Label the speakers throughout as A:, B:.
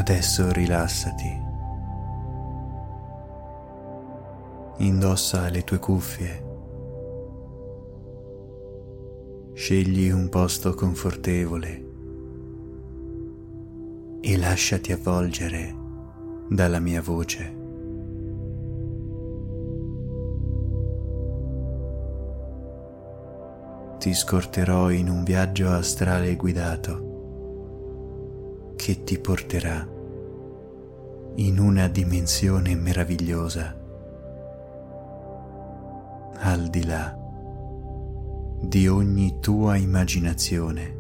A: Adesso rilassati. Indossa le tue cuffie. Scegli un posto confortevole e lasciati avvolgere dalla mia voce. Ti scorterò in un viaggio astrale guidato che ti porterà in una dimensione meravigliosa, al di là di ogni tua immaginazione.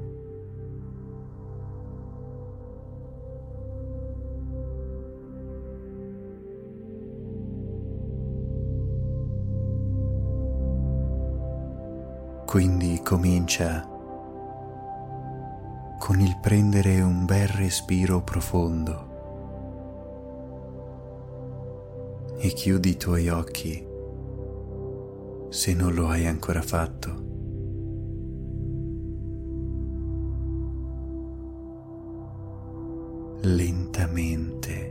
A: Quindi comincia con il prendere un bel respiro profondo e chiudi i tuoi occhi se non lo hai ancora fatto. Lentamente.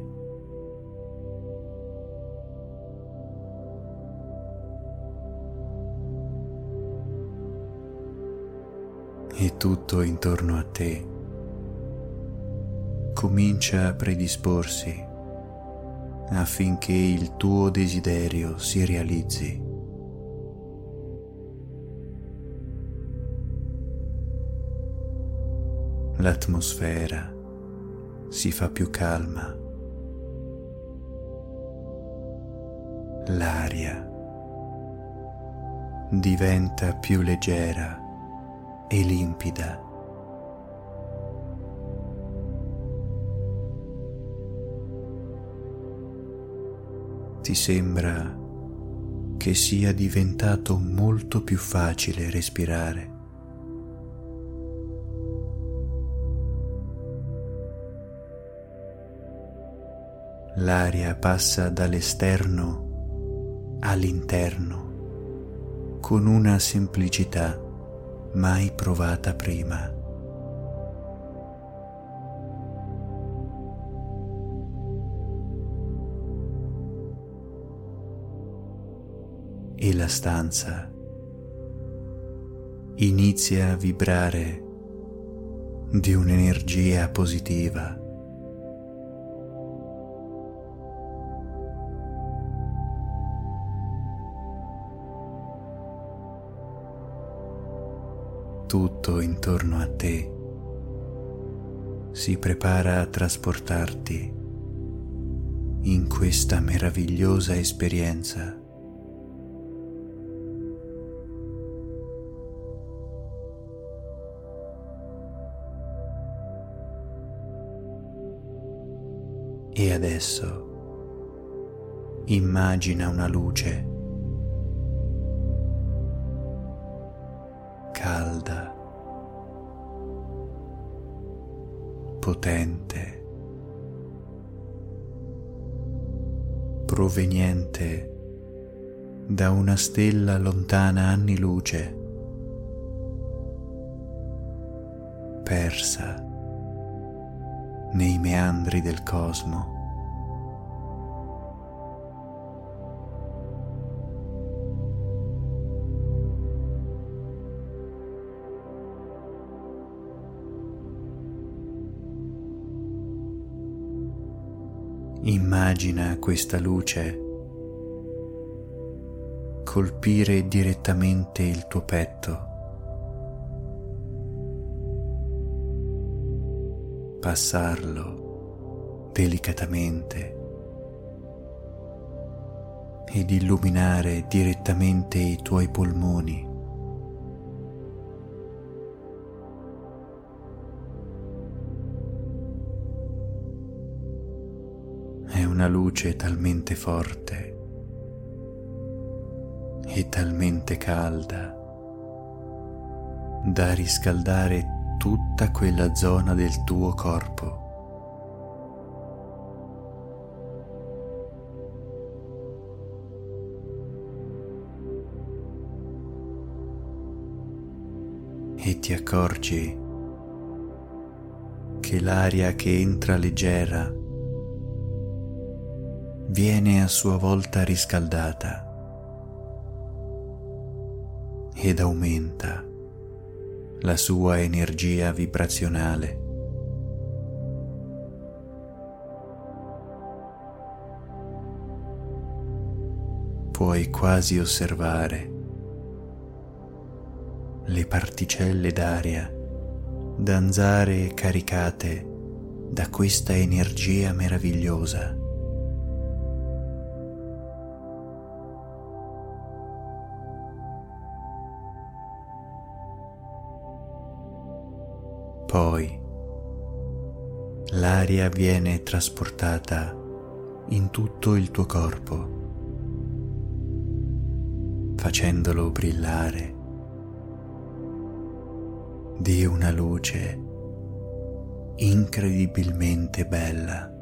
A: E tutto intorno a te comincia a predisporsi affinché il tuo desiderio si realizzi. L'atmosfera si fa più calma, l'aria diventa più leggera e limpida. Ti sembra che sia diventato molto più facile respirare. L'aria passa dall'esterno all'interno con una semplicità mai provata prima. E la stanza inizia a vibrare di un'energia positiva. Tutto intorno a te si prepara a trasportarti in questa meravigliosa esperienza. E adesso immagina una luce calda, potente, proveniente da una stella lontana anni luce, persa nei meandri del cosmo. Immagina questa luce colpire direttamente il tuo petto, passarlo delicatamente ed illuminare direttamente i tuoi polmoni. È una luce talmente forte e talmente calda da riscaldare tutta quella zona del tuo corpo. E ti accorgi che l'aria che entra leggera viene a sua volta riscaldata ed aumenta la sua energia vibrazionale. Puoi quasi osservare le particelle d'aria danzare caricate da questa energia meravigliosa. Poi l'aria viene trasportata in tutto il tuo corpo, facendolo brillare di una luce incredibilmente bella.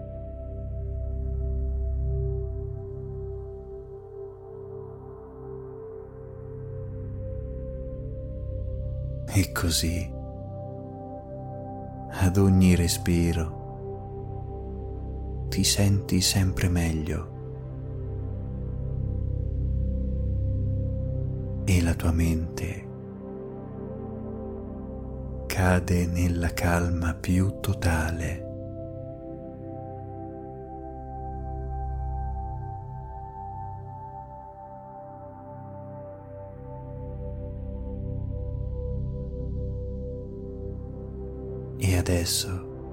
A: E così, ad ogni respiro, ti senti sempre meglio e la tua mente cade nella calma più totale. E adesso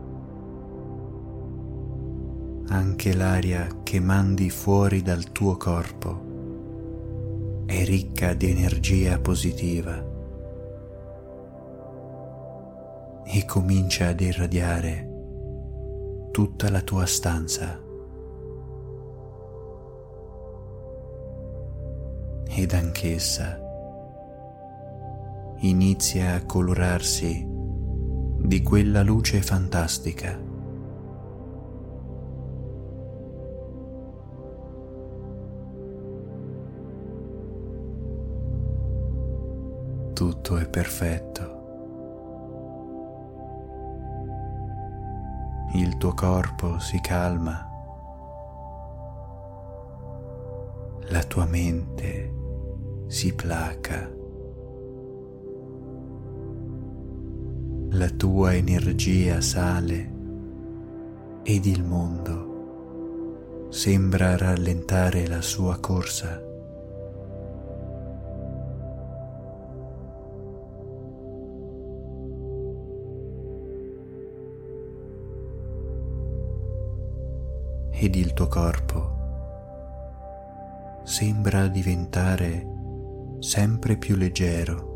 A: anche l'aria che mandi fuori dal tuo corpo è ricca di energia positiva e comincia ad irradiare tutta la tua stanza. Ed anch'essa inizia a colorarsi di quella luce fantastica. Tutto è perfetto. Il tuo corpo si calma, la tua mente si placa, la tua energia sale ed il mondo sembra rallentare la sua corsa. Ed il tuo corpo sembra diventare sempre più leggero.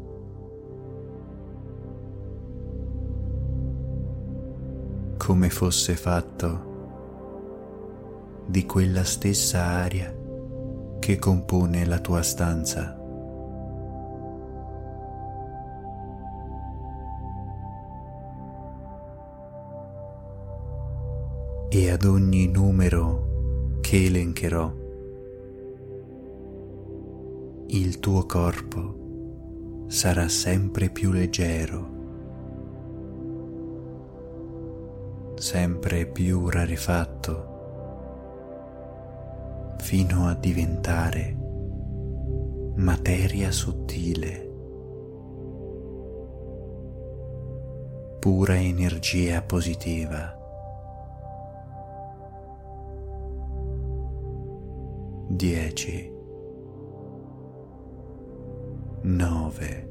A: Come fosse fatto di quella stessa aria che compone la tua stanza. E ad ogni numero che elencherò, il tuo corpo sarà sempre più leggero, sempre più rarefatto, fino a diventare materia sottile, pura energia positiva. 10, 9,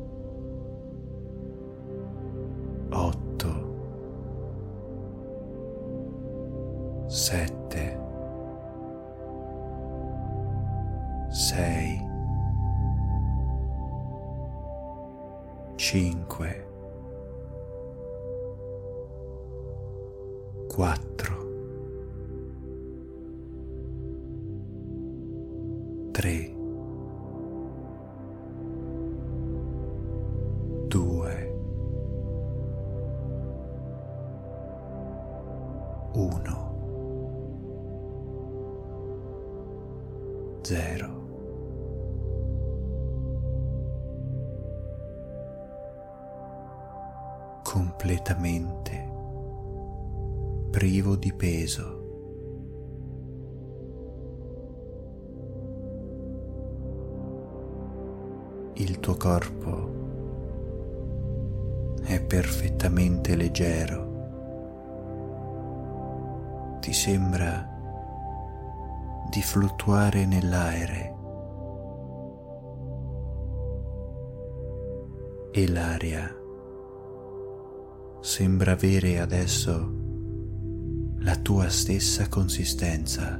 A: 8, 7, 6, 5, 4, 3, 2, 1, 0. Completamente privo di peso il tuo corpo è perfettamente leggero. Ti sembra di fluttuare nell'aere e l'aria sembra avere adesso la tua stessa consistenza.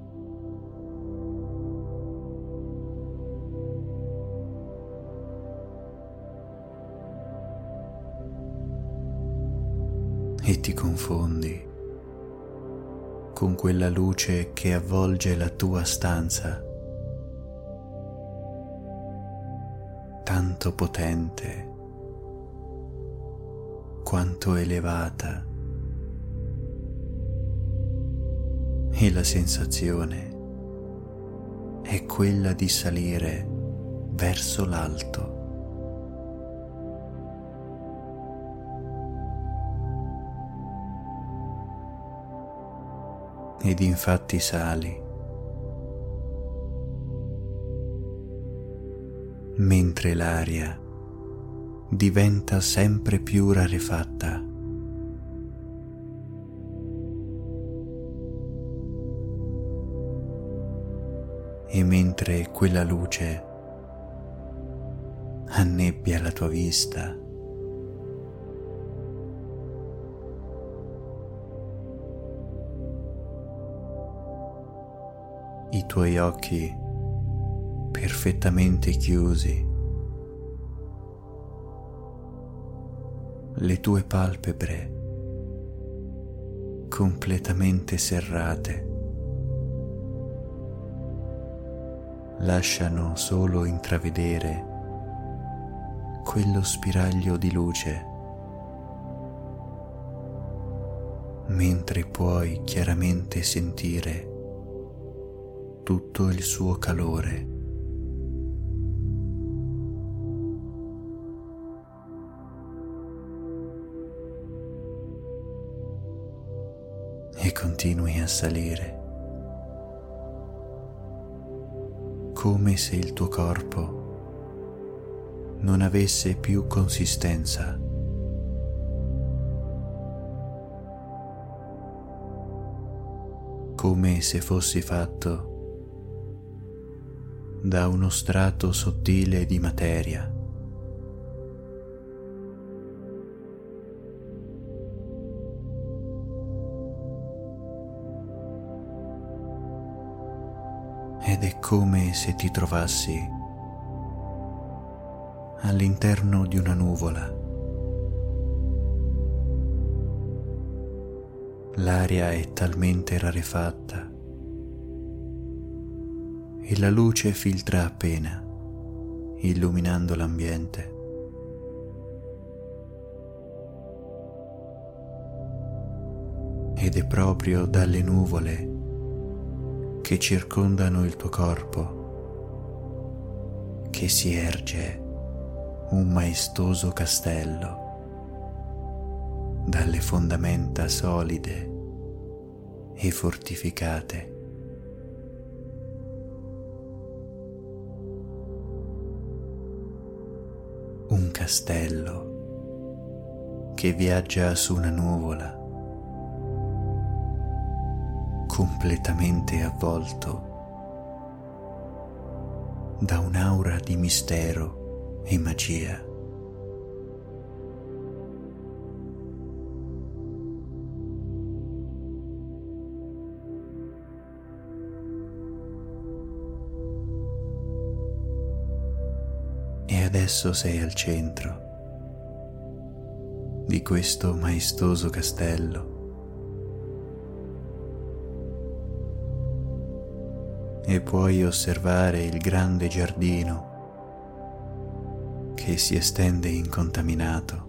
A: E ti confondi con quella luce che avvolge la tua stanza, tanto potente quanto elevata, e la sensazione è quella di salire verso l'alto. Ed infatti sali, mentre l'aria diventa sempre più rarefatta. E mentre quella luce annebbia la tua vista, i tuoi occhi perfettamente chiusi, le tue palpebre completamente serrate lasciano solo intravedere quello spiraglio di luce, mentre puoi chiaramente sentire tutto il suo calore. E continui a salire, come se il tuo corpo non avesse più consistenza. Come se fossi fatto da uno strato sottile di materia. Ed è come se ti trovassi all'interno di una nuvola. L'aria è talmente rarefatta e la luce filtra appena, illuminando l'ambiente. Ed è proprio dalle nuvole che circondano il tuo corpo che si erge un maestoso castello dalle fondamenta solide e fortificate. Un castello che viaggia su una nuvola, completamente avvolto da un'aura di mistero e magia. E adesso sei al centro di questo maestoso castello e puoi osservare il grande giardino che si estende incontaminato,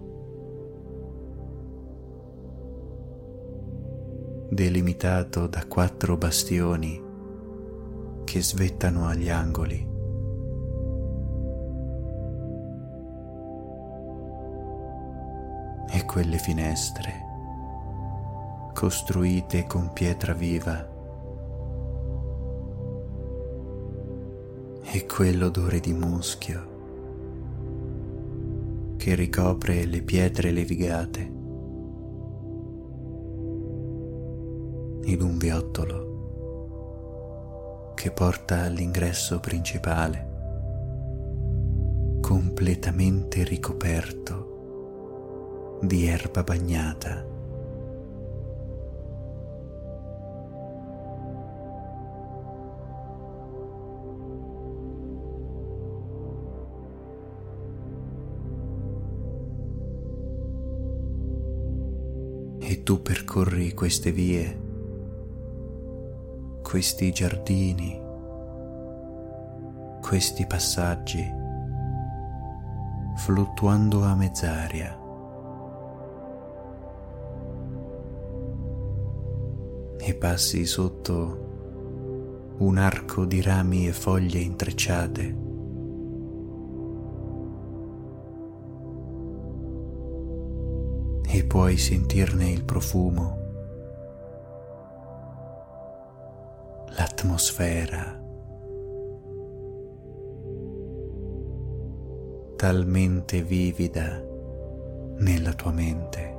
A: delimitato da 4 bastioni che svettano agli angoli. E quelle finestre, costruite con pietra viva, e quell'odore di muschio che ricopre le pietre levigate ed un viottolo che porta all'ingresso principale, completamente ricoperto di erba bagnata. E tu percorri queste vie, questi giardini, questi passaggi, fluttuando a mezz'aria. E passi sotto un arco di rami e foglie intrecciate. E puoi sentirne il profumo, l'atmosfera, talmente vivida nella tua mente.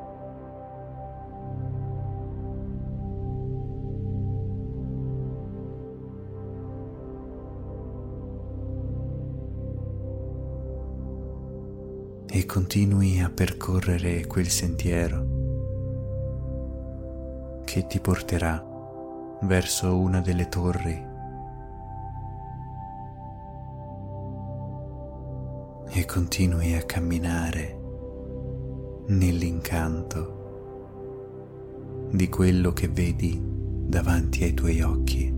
A: E continui a percorrere quel sentiero che ti porterà verso una delle torri e continui a camminare nell'incanto di quello che vedi davanti ai tuoi occhi.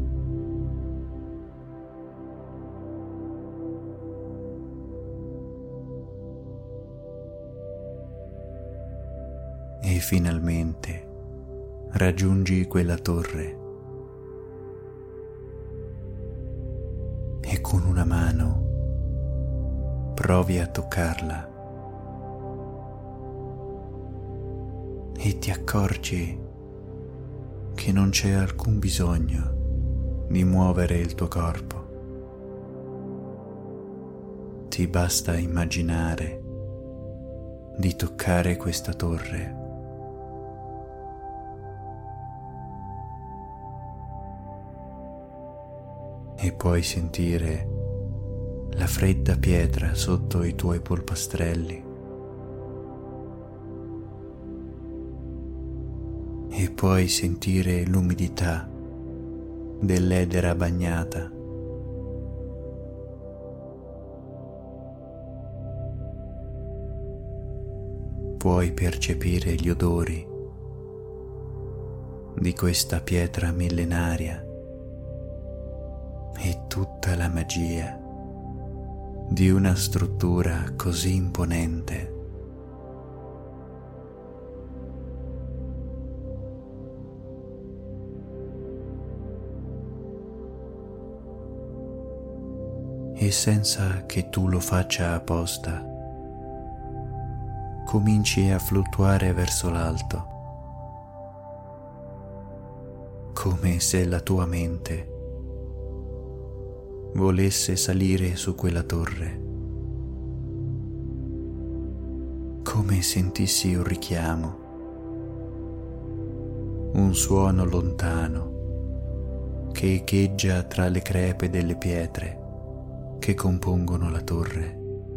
A: E finalmente raggiungi quella torre e con una mano provi a toccarla e ti accorgi che non c'è alcun bisogno di muovere il tuo corpo. Ti basta immaginare di toccare questa torre e puoi sentire la fredda pietra sotto i tuoi polpastrelli e puoi sentire l'umidità dell'edera bagnata. Puoi percepire gli odori di questa pietra millenaria e tutta la magia di una struttura così imponente. E senza che tu lo faccia apposta, cominci a fluttuare verso l'alto, come se la tua mente volesse salire su quella torre, come sentissi un richiamo, un suono lontano che echeggia tra le crepe delle pietre che compongono la torre.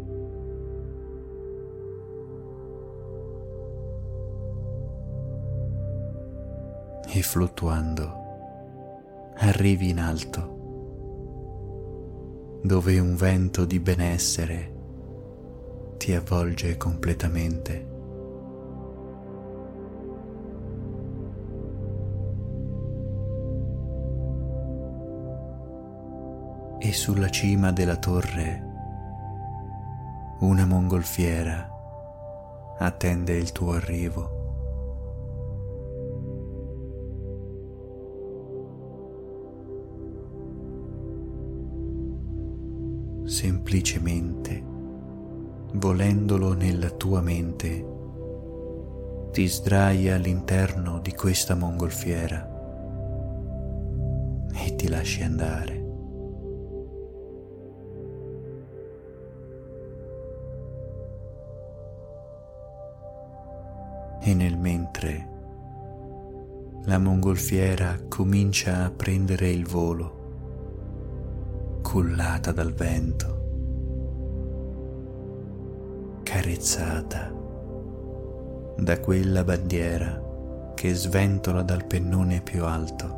A: E fluttuando arrivi in alto, dove un vento di benessere ti avvolge completamente. E sulla cima della torre una mongolfiera attende il tuo arrivo. Semplicemente, volendolo nella tua mente, ti sdrai all'interno di questa mongolfiera e ti lasci andare. E nel mentre la mongolfiera comincia a prendere il volo, cullata dal vento, carezzata da quella bandiera che sventola dal pennone più alto.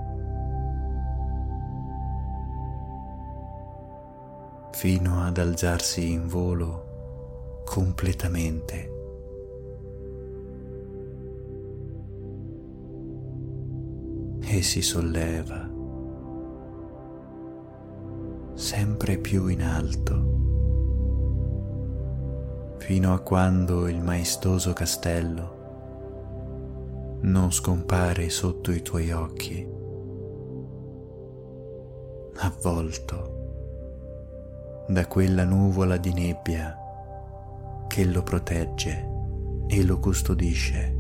A: Fino ad alzarsi in volo completamente. E si solleva sempre più in alto, fino a quando il maestoso castello non scompare sotto i tuoi occhi, avvolto da quella nuvola di nebbia che lo protegge e lo custodisce.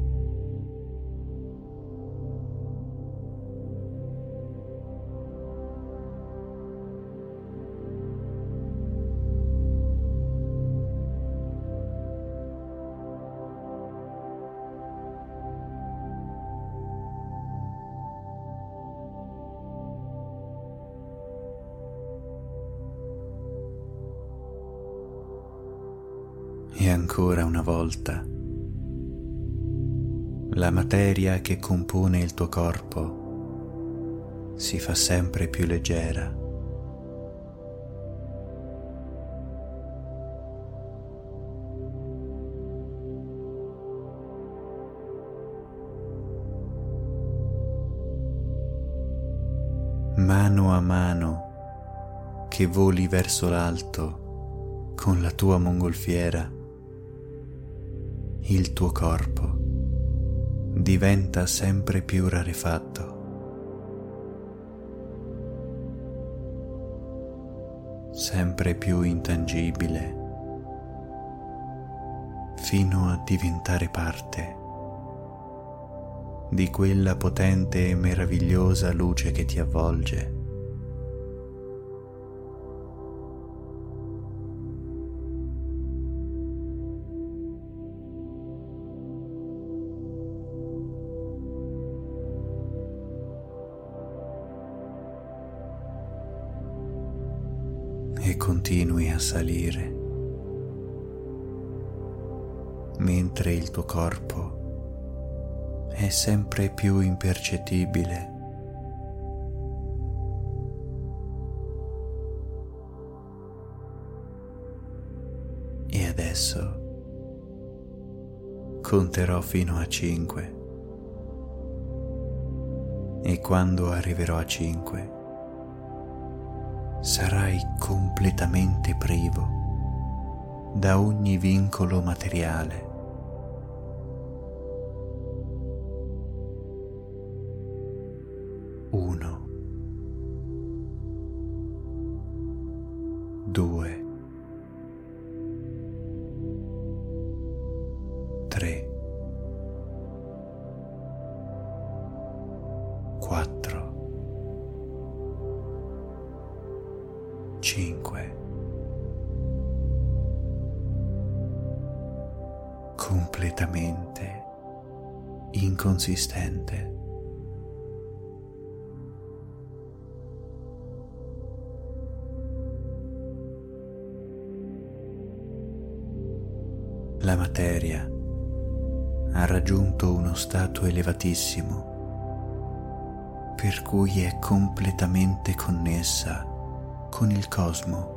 A: E ancora una volta, la materia che compone il tuo corpo si fa sempre più leggera. Mano a mano che voli verso l'alto con la tua mongolfiera, il tuo corpo diventa sempre più rarefatto, sempre più intangibile, fino a diventare parte di quella potente e meravigliosa luce che ti avvolge. E continui a salire, mentre il tuo corpo è sempre più impercettibile. E adesso conterò fino a 5 e quando arriverò a 5 sarai completamente privo da ogni vincolo materiale. Uno, 2, 3, 4, 5. Completamente inconsistente. La materia ha raggiunto uno stato elevatissimo, per cui è completamente connessa con il cosmo.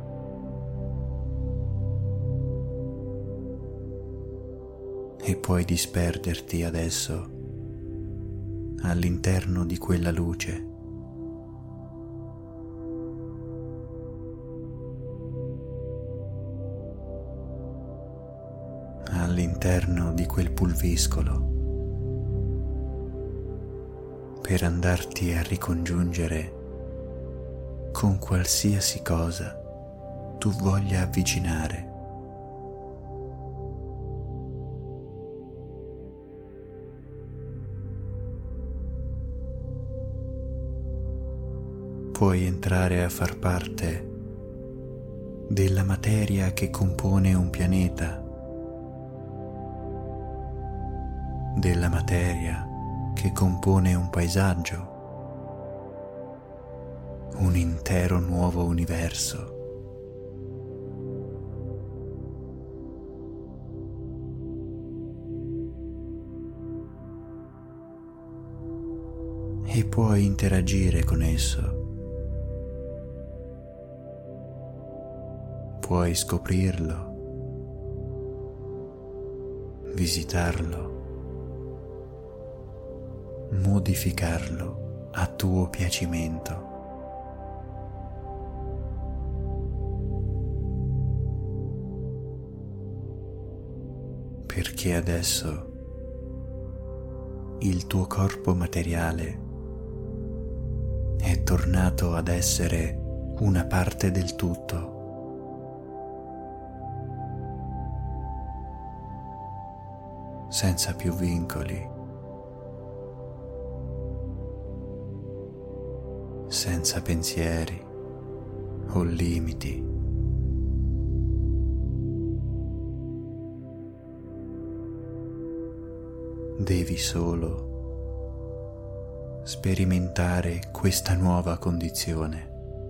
A: E puoi disperderti adesso all'interno di quella luce. All'interno di quel pulviscolo, per andarti a ricongiungere con qualsiasi cosa tu voglia avvicinare. Puoi entrare a far parte della materia che compone un pianeta, della materia che compone un paesaggio, un intero nuovo universo. E puoi interagire con esso. Puoi scoprirlo, visitarlo, modificarlo a tuo piacimento. Perché adesso il tuo corpo materiale è tornato ad essere una parte del tutto. Senza più vincoli, senza pensieri o limiti. Devi solo sperimentare questa nuova condizione.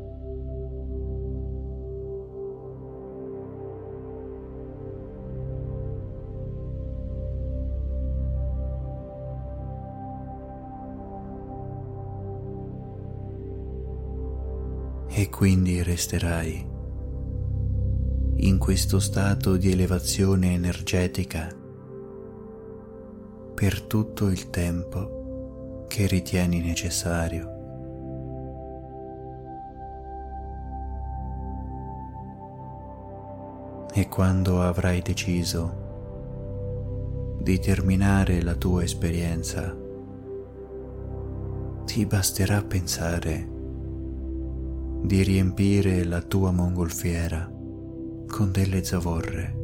A: E quindi resterai in questo stato di elevazione energetica per tutto il tempo che ritieni necessario. E quando avrai deciso di terminare la tua esperienza, ti basterà pensare di riempire la tua mongolfiera con delle zavorre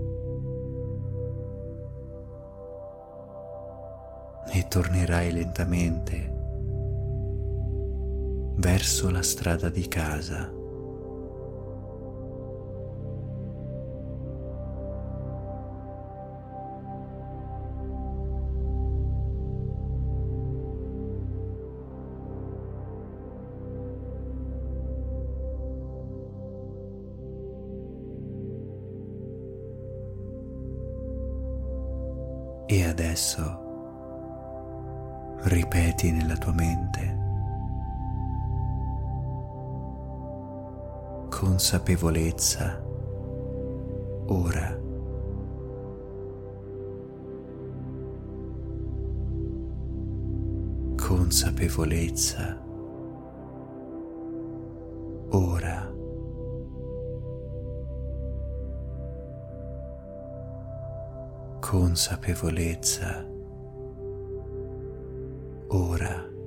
A: e tornerai lentamente verso la strada di casa. E adesso ripeti nella tua mente: consapevolezza, ora. Consapevolezza, ora. Consapevolezza, ora.